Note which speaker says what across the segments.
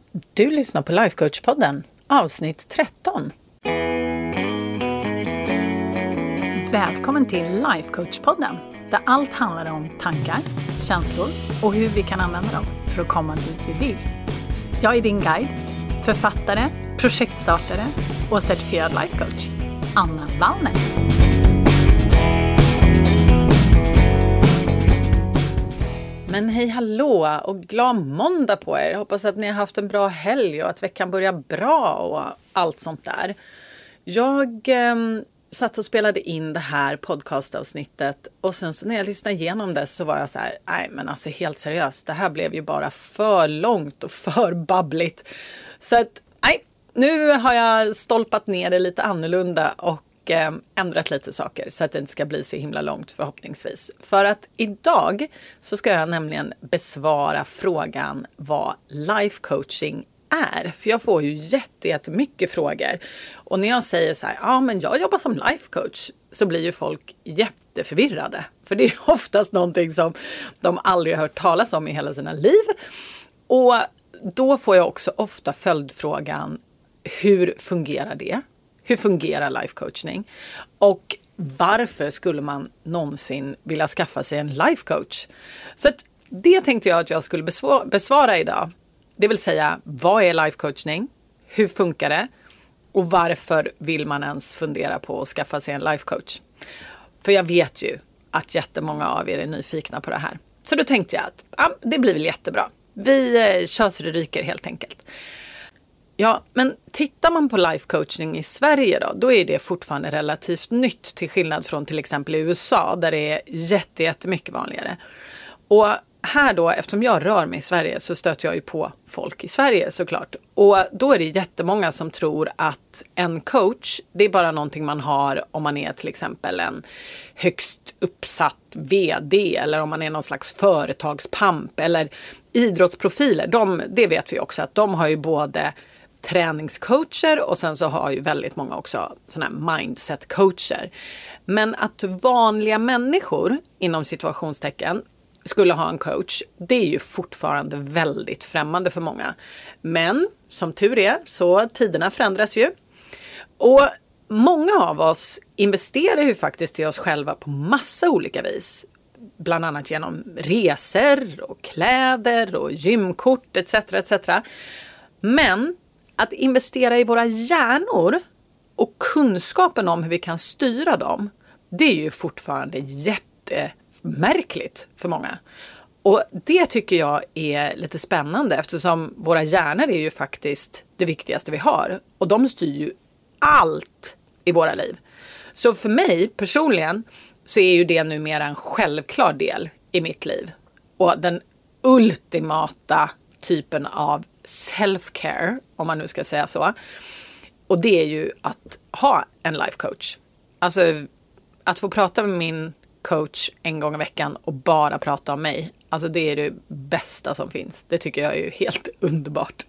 Speaker 1: Du lyssnar på Lifecoach-podden, avsnitt 13. Välkommen till Lifecoach-podden, där allt handlar om tankar, känslor och hur vi kan använda dem för att komma dit vi vill. Jag är din guide, författare, projektstartare och certifierad lifecoach, Anna Wallner. Men hej hallå och glad måndag på er. Hoppas att ni har haft en bra helg och att veckan börjar bra och allt sånt där. Jag satt och spelade in det här podcastavsnittet och sen så när jag lyssnade igenom det så var jag så här, nej men alltså helt seriöst, det här blev ju bara för långt och för babbligt. Så att, nej, nu har jag stolpat ner det lite annorlunda och ändrat lite saker så att det inte ska bli så himla långt förhoppningsvis. För att idag så ska jag nämligen besvara frågan vad life coaching är. För jag får ju jättemycket frågor. Och när jag säger så här, ja men jag jobbar som life coach, så blir ju folk jätteförvirrade. För det är oftast någonting som de aldrig har hört talas om i hela sina liv. Och då får jag också ofta följdfrågan, hur fungerar det? Hur fungerar life coaching? Och varför skulle man någonsin vilja skaffa sig en life coach? Så att det tänkte jag att jag skulle besvara idag. Det vill säga, vad är life coaching? Hur funkar det? Och varför vill man ens fundera på att skaffa sig en life coach? För jag vet ju att jättemånga av er är nyfikna på det här. Så då tänkte jag att det blir väl jättebra. Vi kör så det ryker helt enkelt. Ja, men tittar man på life coaching i Sverige då är det fortfarande relativt nytt till skillnad från till exempel i USA där det är jättemycket vanligare. Och här då, eftersom jag rör mig i Sverige så stöter jag ju på folk i Sverige såklart. Och då är det jättemånga som tror att en coach, det är bara någonting man har om man är till exempel en högst uppsatt vd eller om man är någon slags företagspamp eller idrottsprofiler. Det vet vi också att de har ju både träningscoacher och sen så har ju väldigt många också såna här mindset-coacher. Men att vanliga människor inom situationstecken skulle ha en coach, det är ju fortfarande väldigt främmande för många. Men som tur är så tiderna förändras ju. Och många av oss investerar ju faktiskt i oss själva på massa olika vis. Bland annat genom resor och kläder och gymkort etc. etc. Men att investera i våra hjärnor och kunskapen om hur vi kan styra dem, det är ju fortfarande jättemärkligt för många. Och det tycker jag är lite spännande eftersom våra hjärnor är ju faktiskt det viktigaste vi har. Och de styr ju allt i våra liv. Så för mig personligen så är ju det numera en självklar del i mitt liv. Och den ultimata typen av self-care, om man nu ska säga så. Och det är ju att ha en life coach. Alltså att få prata med min coach en gång i veckan och bara prata om mig. Alltså det är det bästa som finns. Det tycker jag är ju helt underbart.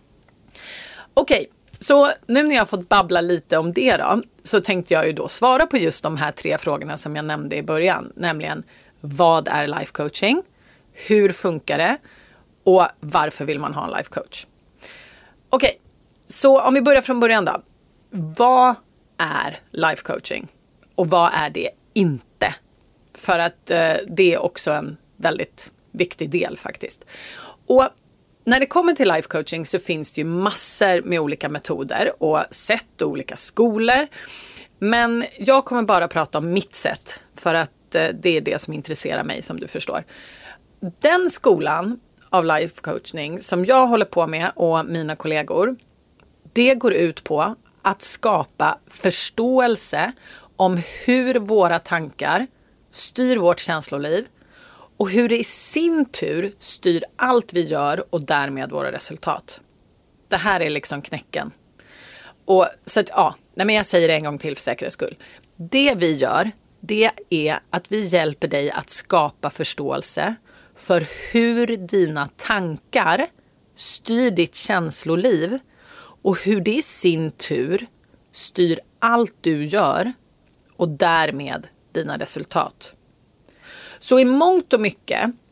Speaker 1: Okej, så nu när jag har fått babbla lite om det då, så tänkte jag ju då svara på just de här 3 frågorna som jag nämnde i början. Nämligen, vad är life coaching? Hur funkar det? Och varför vill man ha en life coach? Okej, så om vi börjar från början då. Vad är life coaching? Och vad är det inte? För att det är också en väldigt viktig del faktiskt. Och när det kommer till life coaching så finns det ju massor med olika metoder och sätt och olika skolor. Men jag kommer bara prata om mitt sätt för att det är det som intresserar mig, som du förstår. Den skolan av life coaching som jag håller på med och mina kollegor, det går ut på att skapa förståelse om hur våra tankar styr vårt känsloliv och hur det i sin tur styr allt vi gör och därmed våra resultat. Det här är liksom knäcken. Och så att men jag säger det en gång till för säkerhets skull. Det vi gör, det är att vi hjälper dig att skapa förståelse för hur dina tankar styr ditt känsloliv och hur det i sin tur styr allt du gör och därmed dina resultat. Så i mångt och mycket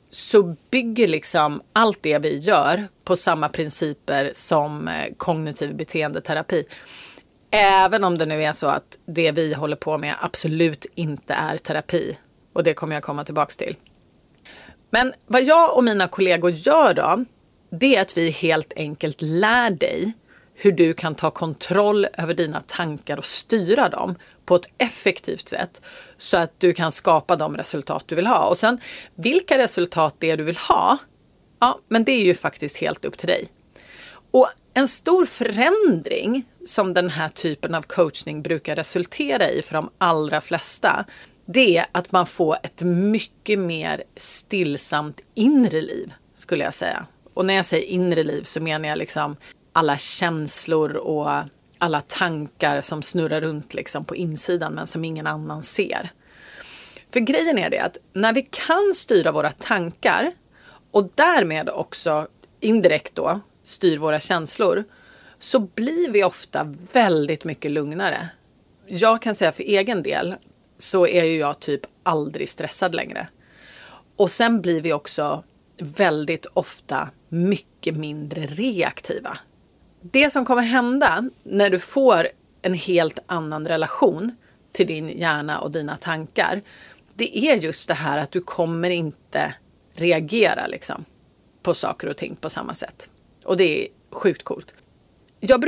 Speaker 1: så bygger liksom allt det vi gör på samma principer som kognitiv beteendeterapi. Även om det nu är så att det vi håller på med absolut inte är terapi. Och det kommer jag komma tillbaka till. Men vad jag och mina kollegor gör då, det är att vi helt enkelt lär dig hur du kan ta kontroll över dina tankar och styra dem på ett effektivt sätt så att du kan skapa de resultat du vill ha. Och sen vilka resultat det är du vill ha, ja, men det är ju faktiskt helt upp till dig. Och en stor förändring som den här typen av coachning brukar resultera i för de allra flesta, det är att man får ett mycket mer stillsamt inre liv, skulle jag säga. Och när jag säger inre liv så menar jag liksom alla känslor och alla tankar som snurrar runt liksom på insidan men som ingen annan ser. För grejen är det att när vi kan styra våra tankar och därmed också indirekt då styr våra känslor, så blir vi ofta väldigt mycket lugnare. Jag kan säga för egen del så är ju jag typ aldrig stressad längre. Och sen blir vi också väldigt ofta mycket mindre reaktiva. Det som kommer hända när du får en helt annan relation till din hjärna och dina tankar, det är just det här att du kommer inte reagera liksom på saker och ting på samma sätt. Och det är sjukt coolt. Jag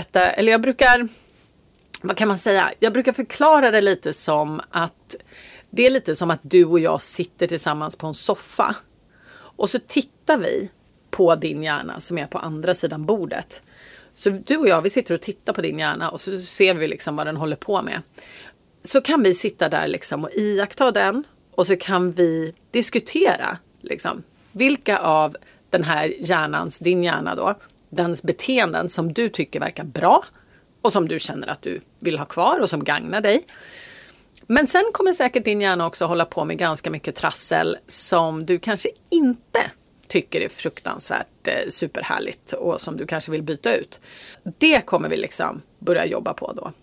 Speaker 1: brukar förklara det lite som att det är lite som att du och jag sitter tillsammans på en soffa. Och så tittar vi på din hjärna som är på andra sidan bordet. Så du och jag, vi sitter och tittar på din hjärna och så ser vi liksom vad den håller på med. Så kan vi sitta där liksom och iaktta den och så kan vi diskutera liksom vilka av den här din hjärna då, dens beteenden som du tycker verkar bra och som du känner att du vill ha kvar och som gagnar dig. Men sen kommer säkert din hjärna också hålla på med ganska mycket trassel som du kanske inte tycker är fruktansvärt superhärligt och som du kanske vill byta ut. Det kommer vi liksom börja jobba på då.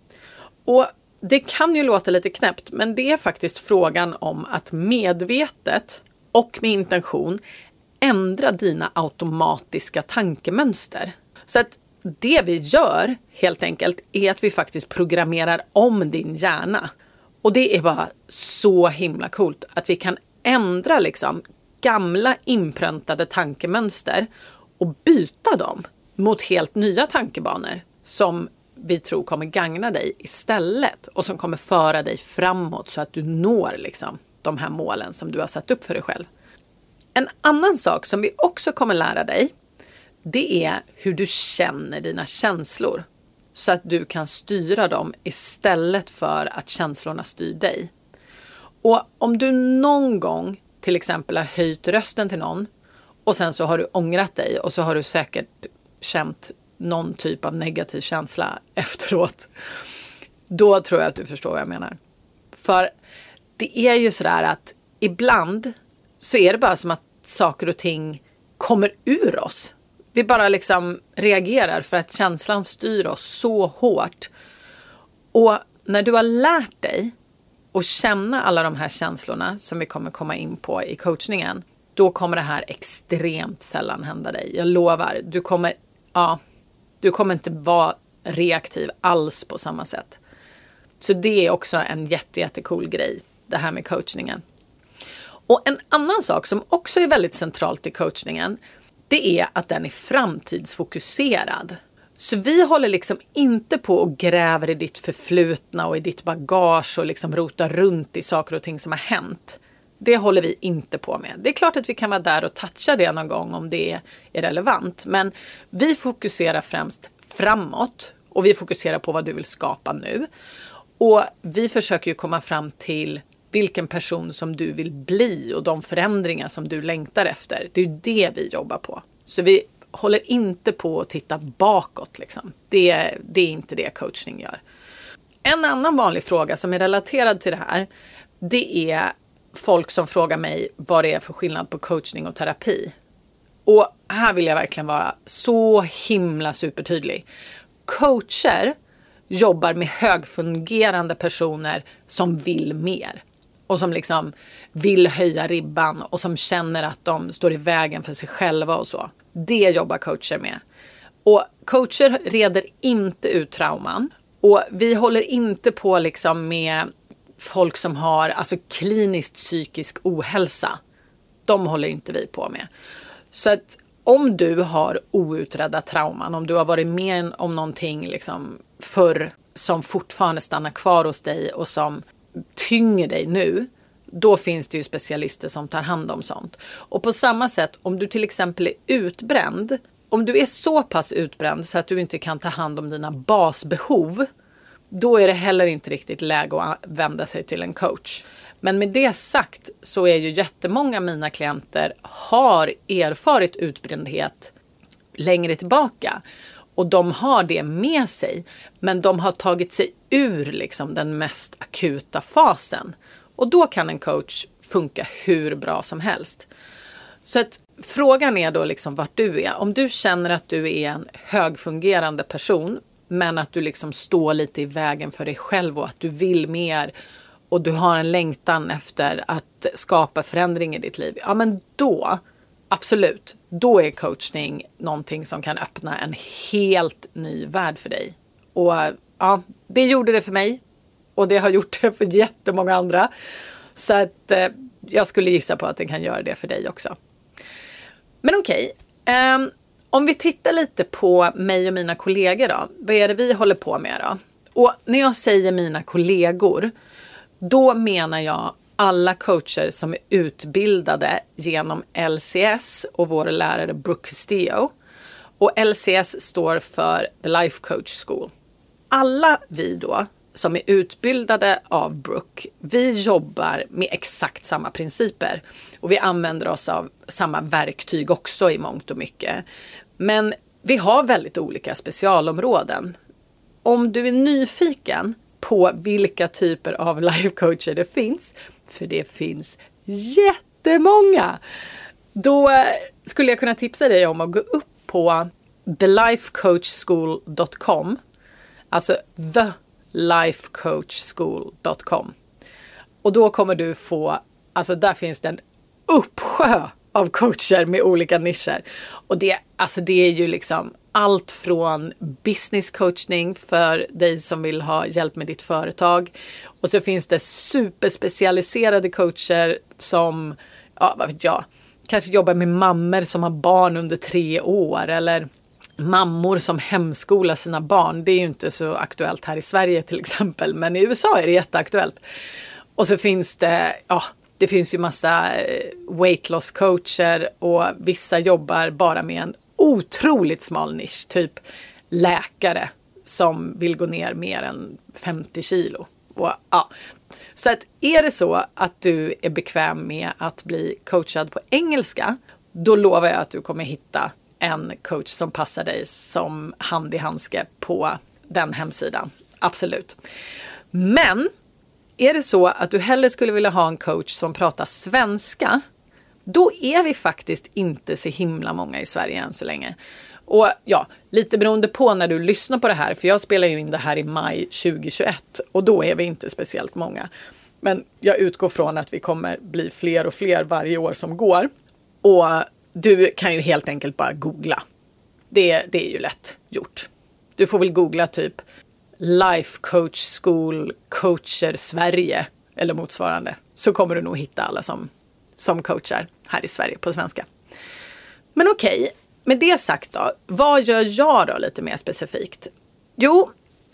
Speaker 1: Och det kan ju låta lite knäppt, men det är faktiskt frågan om att medvetet och med intention ändra dina automatiska tankemönster. Så att det vi gör helt enkelt är att vi faktiskt programmerar om din hjärna. Och det är bara så himla coolt att vi kan ändra liksom gamla inpröntade tankemönster och byta dem mot helt nya tankebanor som vi tror kommer gagna dig istället och som kommer föra dig framåt så att du når liksom de här målen som du har satt upp för dig själv. En annan sak som vi också kommer lära dig, det är hur du känner dina känslor så att du kan styra dem istället för att känslorna styr dig. Och om du någon gång till exempel har höjt rösten till någon och sen så har du ångrat dig och så har du säkert känt någon typ av negativ känsla efteråt, då tror jag att du förstår vad jag menar. För det är ju sådär att ibland så är det bara som att saker och ting kommer ur oss. Vi bara liksom reagerar för att känslan styr oss så hårt. Och när du har lärt dig att känna alla de här känslorna som vi kommer komma in på i coachningen, då kommer det här extremt sällan hända dig. Jag lovar, du kommer inte vara reaktiv alls på samma sätt. Så det är också en jättecool grej, det här med coachningen. Och en annan sak som också är väldigt centralt i coachningen, det är att den är framtidsfokuserad. Så vi håller liksom inte på och gräver i ditt förflutna och i ditt bagage och liksom rotar runt i saker och ting som har hänt. Det håller vi inte på med. Det är klart att vi kan vara där och toucha det någon gång om det är relevant. Men vi fokuserar främst framåt och vi fokuserar på vad du vill skapa nu. Och vi försöker ju komma fram till vilken person som du vill bli och de förändringar som du längtar efter. Det är ju det vi jobbar på. Så vi håller inte på att titta bakåt. Liksom. Det är inte det coachning gör. En annan vanlig fråga som är relaterad till det här, det är folk som frågar mig vad det är för skillnad på coachning och terapi. Och här vill jag verkligen vara så himla supertydlig. Coacher jobbar med högfungerande personer som vill mer. och som liksom vill höja ribban och som känner att de står i vägen för sig själva och så. Det jobbar coacher med. Och coacher reder inte ut trauman. Och vi håller inte på liksom med folk som har alltså kliniskt psykisk ohälsa. De håller inte vi på med. Så att om du har outredda trauman, om du har varit med om någonting liksom förr som fortfarande stannar kvar hos dig och som tynger dig nu, då finns det ju specialister som tar hand om sånt. Och på samma sätt, om du till exempel är utbränd, om du är så pass utbränd så att du inte kan ta hand om dina basbehov, då är det heller inte riktigt läge att vända sig till en coach. Men med det sagt så är ju jättemånga av mina klienter har erfarit utbrändhet längre tillbaka. Och de har det med sig, men de har tagit sig ur liksom den mest akuta fasen. Och då kan en coach funka hur bra som helst. Så att frågan är då liksom vart du är. Om du känner att du är en högfungerande person, men att du liksom står lite i vägen för dig själv och att du vill mer och du har en längtan efter att skapa förändring i ditt liv. Ja, men då, absolut, då är coachning någonting som kan öppna en helt ny värld för dig. Och ja, det gjorde det för mig och det har gjort det för jättemånga andra. Så att jag skulle gissa på att det kan göra det för dig också. Men okej, om vi tittar lite på mig och mina kollegor då. Vad är det vi håller på med då? Och när jag säger mina kollegor, då menar jag alla coacher som är utbildade genom LCS och vår lärare Brooke Castillo. Och LCS står för The Life Coach School. Alla vi då som är utbildade av Brooke, vi jobbar med exakt samma principer. Och vi använder oss av samma verktyg också i mångt och mycket. Men vi har väldigt olika specialområden. Om du är nyfiken på vilka typer av life coacher det finns, för det finns jättemånga, då skulle jag kunna tipsa dig om att gå upp på thelifecoachschool.com, alltså thelifecoachschool.com. Och då kommer du få, alltså där finns det en uppsjö av coacher med olika nischer. Och det är ju liksom allt från business coaching för dig som vill ha hjälp med ditt företag. Och så finns det superspecialiserade coacher som, ja vad vet jag, kanske jobbar med mammor som har barn under 3 år. Eller mammor som hemskolar sina barn. Det är ju inte så aktuellt här i Sverige till exempel. Men i USA är det jätteaktuellt. Och så finns det, det finns ju massa weight loss coacher och vissa jobbar bara med en otroligt smal nisch, typ läkare som vill gå ner mer än 50 kilo. Och, ja. Så att är det så att du är bekväm med att bli coachad på engelska, då lovar jag att du kommer hitta en coach som passar dig som hand i handske på den hemsidan. Absolut. Men är det så att du hellre skulle vilja ha en coach som pratar svenska, då är vi faktiskt inte så himla många i Sverige än så länge. Och ja, lite beroende på när du lyssnar på det här, för jag spelar ju in det här i maj 2021 och då är vi inte speciellt många. Men jag utgår från att vi kommer bli fler och fler varje år som går. Och du kan ju helt enkelt bara googla. Det är ju lätt gjort. Du får väl googla typ Life Coach School Coacher Sverige eller motsvarande. Så kommer du nog hitta alla som coachar här i Sverige på svenska. Men okej, med det sagt då, vad gör jag då lite mer specifikt? Jo,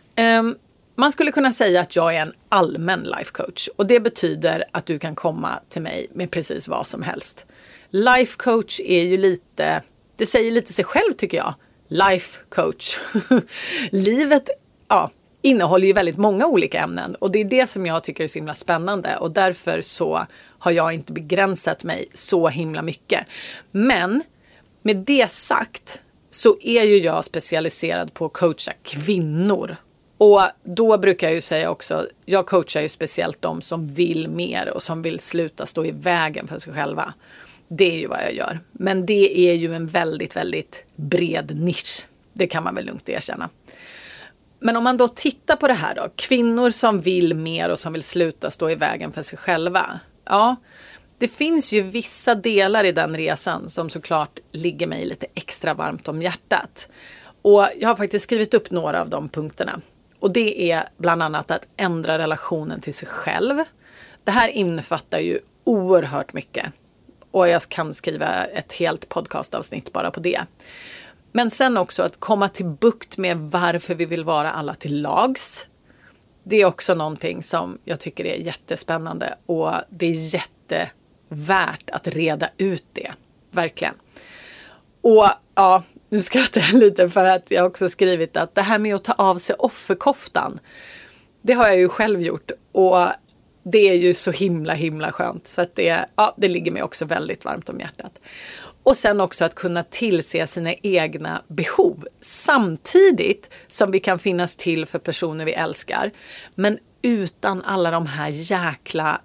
Speaker 1: man skulle kunna säga att jag är en allmän life coach. Och det betyder att du kan komma till mig med precis vad som helst. Life coach är ju lite, det säger lite sig själv tycker jag. Life coach. Livet, innehåller ju väldigt många olika ämnen. Och det är det som jag tycker är så himla spännande. Och därför så har jag inte begränsat mig så himla mycket. Men med det sagt så är ju jag specialiserad på att coacha kvinnor. Och då brukar jag ju säga också, jag coachar ju speciellt de som vill mer och som vill sluta stå i vägen för sig själva. Det är ju vad jag gör. Men det är ju en väldigt, väldigt bred nisch. Det kan man väl lugnt erkänna. Men om man då tittar på det här då, kvinnor som vill mer och som vill sluta stå i vägen för sig själva. Ja, det finns ju vissa delar i den resan som såklart ligger mig lite extra varmt om hjärtat. Och jag har faktiskt skrivit upp några av de punkterna. Och det är bland annat att ändra relationen till sig själv. Det här innefattar ju oerhört mycket. Och jag kan skriva ett helt podcastavsnitt bara på det. Men sen också att komma till bukt med varför vi vill vara alla till lags. Det är också någonting som jag tycker är jättespännande. Och det är jättevärt att reda ut det. Verkligen. Och ja, nu skrattar jag lite för att jag också skrivit att det här med att ta av sig offerkoftan. Det har jag ju själv gjort. Och det är ju så himla skönt. Så att det ligger mig också väldigt varmt om hjärtat. Och sen också att kunna tillse sina egna behov. Samtidigt som vi kan finnas till för personer vi älskar. Men utan alla de här jäkla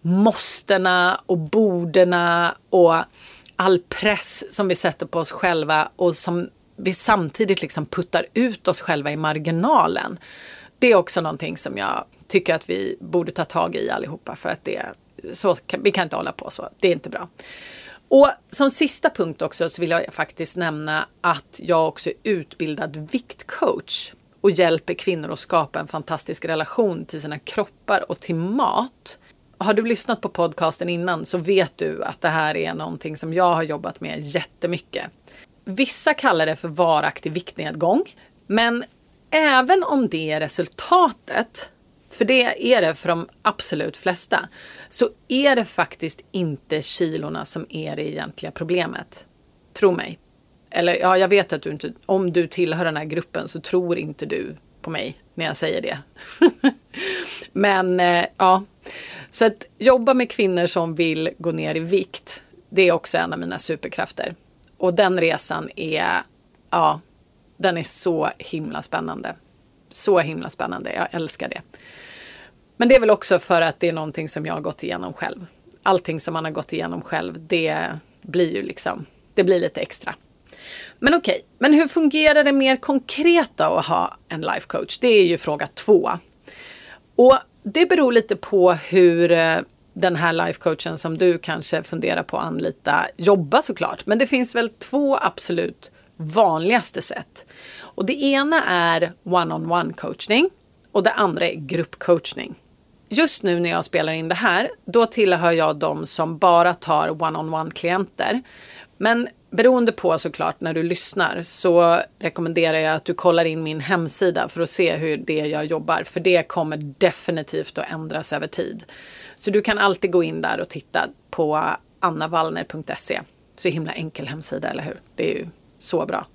Speaker 1: måstena och borderna och all press som vi sätter på oss själva. Och som vi samtidigt liksom puttar ut oss själva i marginalen. Det är också någonting som jag tycker att vi borde ta tag i allihopa. För att vi kan inte hålla på så. Det är inte bra. Och som sista punkt också så vill jag faktiskt nämna att jag också är utbildad viktcoach och hjälper kvinnor att skapa en fantastisk relation till sina kroppar och till mat. Har du lyssnat på podcasten innan så vet du att det här är någonting som jag har jobbat med jättemycket. Vissa kallar det för varaktig viktnedgång, men även om det är resultatet, för det är det för de absolut flesta, så är det faktiskt inte kilorna som är det egentliga problemet. Tro mig. Eller ja, jag vet att du inte, om du tillhör den här gruppen så tror inte du på mig när jag säger det. Men ja, så att jobba med kvinnor som vill gå ner i vikt, det är också en av mina superkrafter. Och den resan är, ja, den är så himla spännande. Så himla spännande, jag älskar det. Men det är väl också för att det är någonting som jag har gått igenom själv. Allting som man har gått igenom själv, det blir ju liksom, det blir lite extra. Men okej, men hur fungerar det mer konkret då att ha en life coach? Det är ju fråga 2. Och det beror lite på hur den här life coachen som du kanske funderar på att anlita jobbar såklart. Men det finns väl 2 absolut vanligaste sätt. Och det ena är one-on-one coachning och det andra är gruppcoachning. Just nu när jag spelar in det här, då tillhör jag de som bara tar one-on-one klienter. Men beroende på såklart när du lyssnar så rekommenderar jag att du kollar in min hemsida för att se hur det jag jobbar. För det kommer definitivt att ändras över tid. Så du kan alltid gå in där och titta på annavallner.se. Så himla enkel hemsida, eller hur? Det är ju så bra.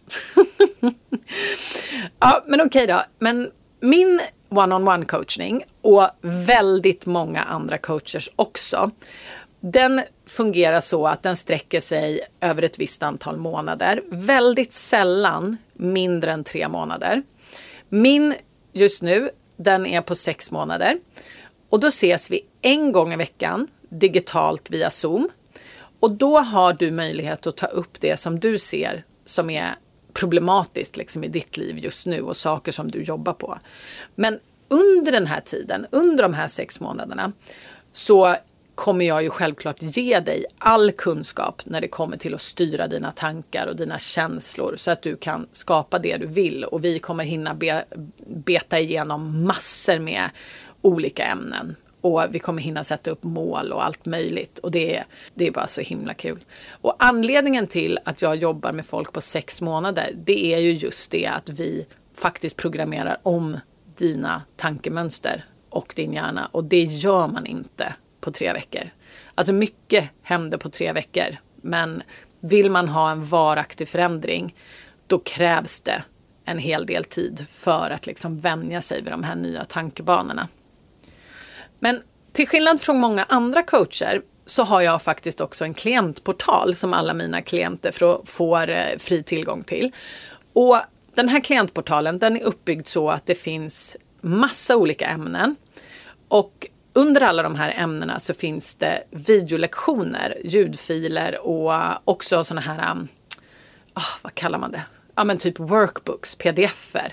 Speaker 1: Ja, men okej då. Men min one-on-one coachning och väldigt många andra coachers också, den fungerar så att den sträcker sig över ett visst antal månader. Väldigt sällan mindre än 3 månader. Min just nu, den är på 6 månader. Och då ses vi en gång i veckan digitalt via Zoom. Och då har du möjlighet att ta upp det som du ser som är problematiskt liksom i ditt liv just nu och saker som du jobbar på. Men under den här tiden, under de här 6 månaderna, så kommer jag ju självklart ge dig all kunskap när det kommer till att styra dina tankar och dina känslor så att du kan skapa det du vill. Och vi kommer hinna beta igenom massor med olika ämnen. Och vi kommer hinna sätta upp mål och allt möjligt. Och det är bara så himla kul. Och anledningen till att jag jobbar med folk på 6 månader, det är ju just det att vi faktiskt programmerar om dina tankemönster och din hjärna. Och det gör man inte på 3 veckor. Alltså mycket händer på 3 veckor. Men vill man ha en varaktig förändring, då krävs det en hel del tid för att liksom vänja sig vid de här nya tankebanorna. Men till skillnad från många andra coacher så har jag faktiskt också en klientportal som alla mina klienter får fri tillgång till. Och den här klientportalen, den är uppbyggd så att det finns massa olika ämnen. Och under alla de här ämnena så finns det videolektioner, ljudfiler och också såna här, vad kallar man det? Ja men typ workbooks, pdf-er.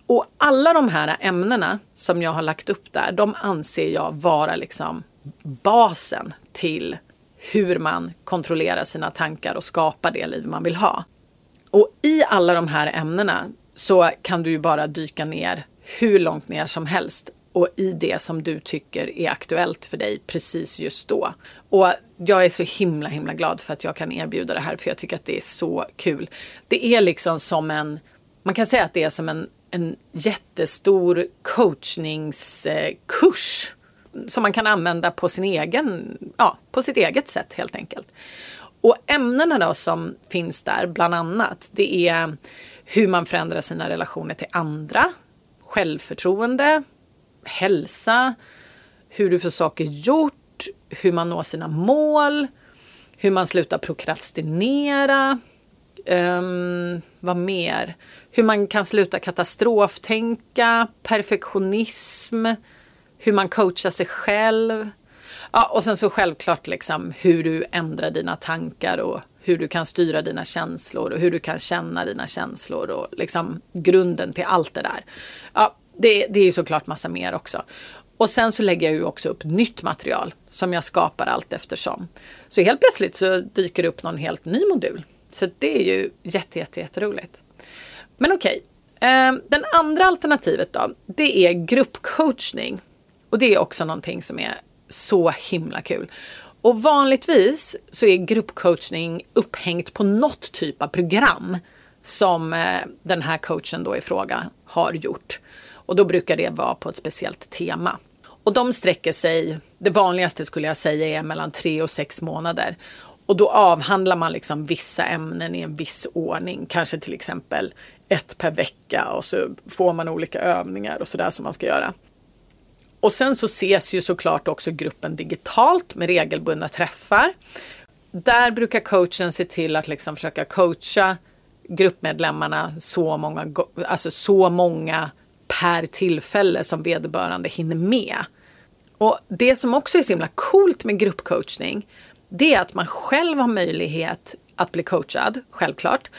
Speaker 1: Och alla de här ämnena som jag har lagt upp där, de anser jag vara liksom basen till hur man kontrollerar sina tankar och skapar det liv man vill ha. Och i alla de här ämnena så kan du ju bara dyka ner hur långt ner som helst och i det som du tycker är aktuellt för dig precis just då. Och jag är så himla glad för att jag kan erbjuda det här, för jag tycker att det är så kul. Det är liksom som man kan säga att det är som en jättestor coachningskurs som man kan använda på på sitt eget sätt helt enkelt. Och ämnena då som finns där bland annat, det är hur man förändrar sina relationer till andra, självförtroende, hälsa, hur du får saker gjort, hur man når sina mål, hur man slutar prokrastinera, vad mer? Hur man kan sluta katastroftänka, perfektionism, hur man coachar sig själv. Ja, och sen så självklart liksom hur du ändrar dina tankar och hur du kan styra dina känslor och hur du kan känna dina känslor och liksom grunden till allt det där. Ja, det är ju såklart massa mer också. Och sen så lägger jag ju också upp nytt material som jag skapar allt eftersom. Så helt plötsligt så dyker det upp någon helt ny modul. Så det är ju jätteroligt. Men okej, den andra alternativet då, det är gruppcoachning. Och det är också någonting som är så himla kul. Och vanligtvis så är gruppcoachning upphängt på något typ av program som den här coachen då i fråga har gjort. Och då brukar det vara på ett speciellt tema. Och de sträcker sig, det vanligaste skulle jag säga är mellan 3 och 6 månader. Och då avhandlar man liksom vissa ämnen i en viss ordning. Kanske till exempel 1 per vecka och så får man olika övningar och sådär som man ska göra. Och sen så ses ju såklart också gruppen digitalt med regelbundna träffar. Där brukar coachen se till att liksom försöka coacha gruppmedlemmarna så många per tillfälle som vederbörande hinner med. Och det som också är så himla coolt med gruppcoachning, det är att man själv har möjlighet att bli coachad, självklart.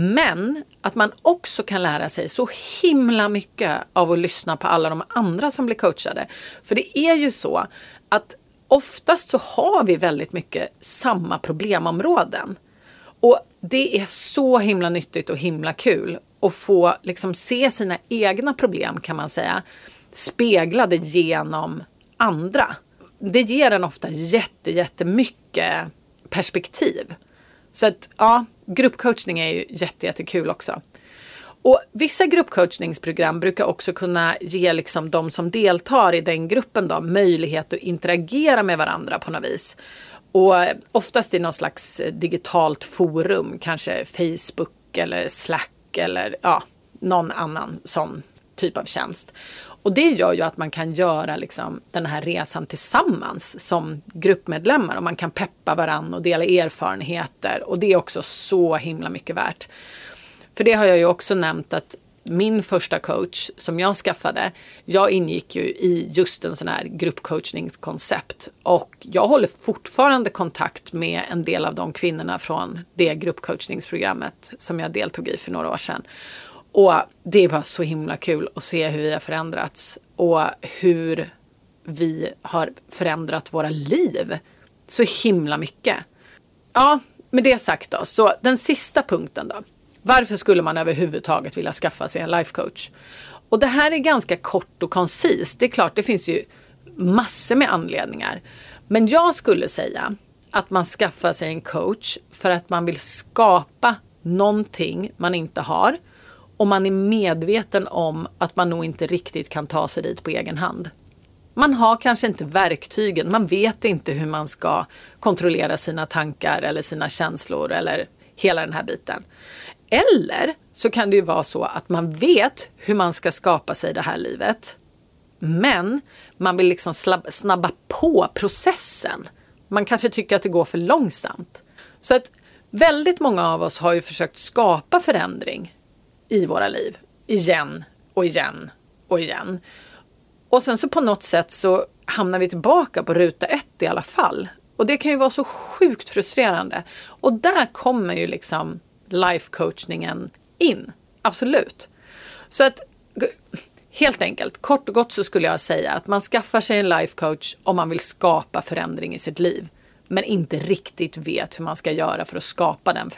Speaker 1: Men att man också kan lära sig så himla mycket av att lyssna på alla de andra som blir coachade. För det är ju så att oftast så har vi väldigt mycket samma problemområden. Och det är så himla nyttigt och himla kul att få liksom se sina egna problem, kan man säga, speglade genom andra. Det ger en ofta jättemycket perspektiv. Så att ja, gruppcoachning är ju jättekul också. Och vissa gruppcoachningsprogram brukar också kunna ge liksom de som deltar i den gruppen då möjlighet att interagera med varandra på något vis. Och oftast i någon slags digitalt forum, kanske Facebook eller Slack eller någon annan sån typ av tjänst. Och det gör ju att man kan göra liksom den här resan tillsammans som gruppmedlemmar. Och man kan peppa varann och dela erfarenheter. Och det är också så himla mycket värt. För det har jag ju också nämnt att min första coach som jag skaffade, jag ingick ju i just en sån här gruppcoachningskoncept. Och jag håller fortfarande kontakt med en del av de kvinnorna från det gruppcoachningsprogrammet som jag deltog i för några år sedan. Och det är bara så himla kul att se hur vi har förändrats och hur vi har förändrat våra liv så himla mycket. Ja, med det sagt då, så den sista punkten då. Varför skulle man överhuvudtaget vilja skaffa sig en life coach? Och det här är ganska kort och koncist. Det är klart, det finns ju massor med anledningar. Men jag skulle säga att man skaffar sig en coach för att man vill skapa någonting man inte har. Och man är medveten om att man nog inte riktigt kan ta sig dit på egen hand. Man har kanske inte verktygen. Man vet inte hur man ska kontrollera sina tankar eller sina känslor eller hela den här biten. Eller så kan det ju vara så att man vet hur man ska skapa sig det här livet. Men man vill liksom snabba på processen. Man kanske tycker att det går för långsamt. Så att väldigt många av oss har ju försökt skapa förändring i våra liv. Igen och igen och igen. Och sen så på något sätt så hamnar vi tillbaka på ruta 1 i alla fall. Och det kan ju vara så sjukt frustrerande. Och där kommer ju liksom life-coachningen in. Absolut. Så att helt enkelt, kort och gott så skulle jag säga att man skaffar sig en life coach om man vill skapa förändring i sitt liv. Men inte riktigt vet hur man ska göra för att skapa den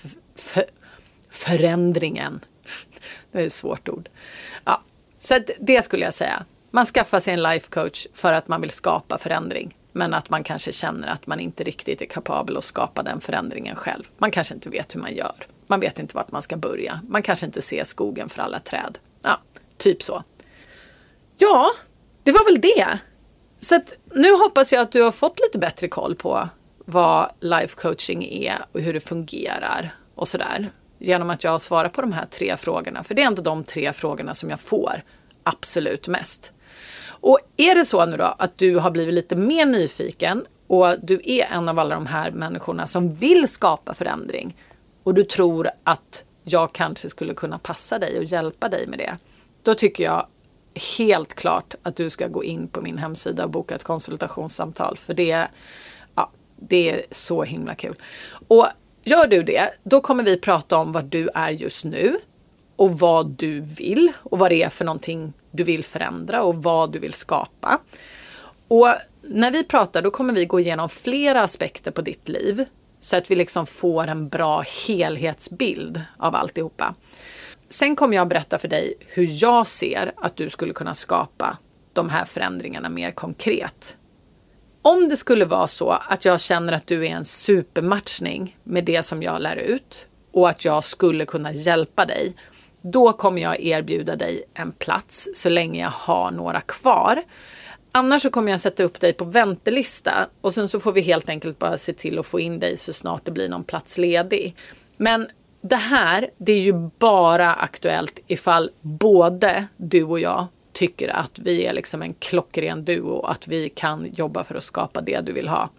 Speaker 1: förändringen. Det är ett svårt ord. Ja, så att det skulle jag säga. Man skaffar sig en life coach för att man vill skapa förändring. Men att man kanske känner att man inte riktigt är kapabel att skapa den förändringen själv. Man kanske inte vet hur man gör. Man vet inte vart man ska börja. Man kanske inte ser skogen för alla träd. Ja, typ så. Ja, det var väl det. Så att nu hoppas jag att du har fått lite bättre koll på vad life coaching är och hur det fungerar och sådär. Genom att jag svarar på de här 3 frågorna. För det är inte de 3 frågorna som jag får absolut mest. Och är det så nu då att du har blivit lite mer nyfiken och du är en av alla de här människorna som vill skapa förändring och du tror att jag kanske skulle kunna passa dig och hjälpa dig med det, då tycker jag helt klart att du ska gå in på min hemsida och boka ett konsultationssamtal, för det är så himla kul. Och gör du det, då kommer vi prata om vad du är just nu och vad du vill och vad det är för någonting du vill förändra och vad du vill skapa. Och när vi pratar, då kommer vi gå igenom flera aspekter på ditt liv så att vi liksom får en bra helhetsbild av alltihopa. Sen kommer jag berätta för dig hur jag ser att du skulle kunna skapa de här förändringarna mer konkret. Om det skulle vara så att jag känner att du är en supermatchning med det som jag lär ut och att jag skulle kunna hjälpa dig, då kommer jag erbjuda dig en plats så länge jag har några kvar. Annars så kommer jag sätta upp dig på väntelista och sen så får vi helt enkelt bara se till att få in dig så snart det blir någon plats ledig. Men det är ju bara aktuellt ifall både du och jag tycker att vi är liksom en klockren duo, att vi kan jobba för att skapa det du vill ha.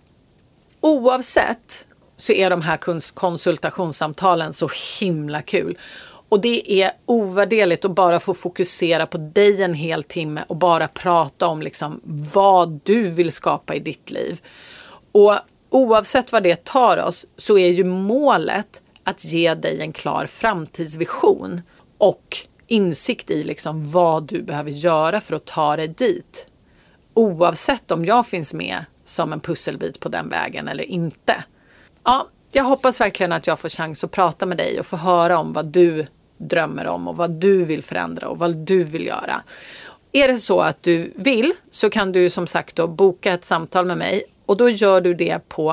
Speaker 1: Oavsett så är de här konsultationssamtalen så himla kul. Och det är ovärderligt att bara få fokusera på dig en hel timme och bara prata om liksom vad du vill skapa i ditt liv. Och oavsett vad det tar oss så är ju målet att ge dig en klar framtidsvision och insikt i liksom vad du behöver göra för att ta dig dit. Oavsett om jag finns med som en pusselbit på den vägen eller inte. Ja, jag hoppas verkligen att jag får chans att prata med dig och få höra om vad du drömmer om och vad du vill förändra och vad du vill göra. Är det så att du vill så kan du som sagt då boka ett samtal med mig och då gör du det på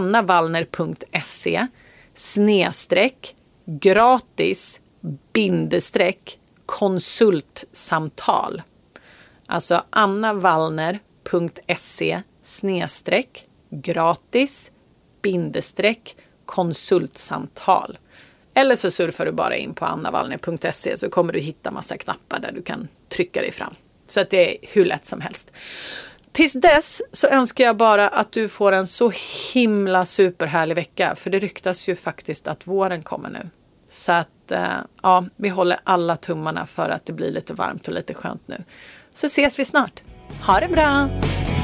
Speaker 1: annavallner.se/gratis-konsultsamtal. Alltså annavallner.se/gratis-konsultsamtal. Eller så surfar du bara in på annavallner.se så kommer du hitta massa knappar där du kan trycka dig fram. Så att det är hur lätt som helst. Tills dess så önskar jag bara att du får en så himla superhärlig vecka. För det ryktas ju faktiskt att våren kommer nu. Så att vi håller alla tummarna för att det blir lite varmt och lite skönt nu. Så ses vi snart. Ha det bra!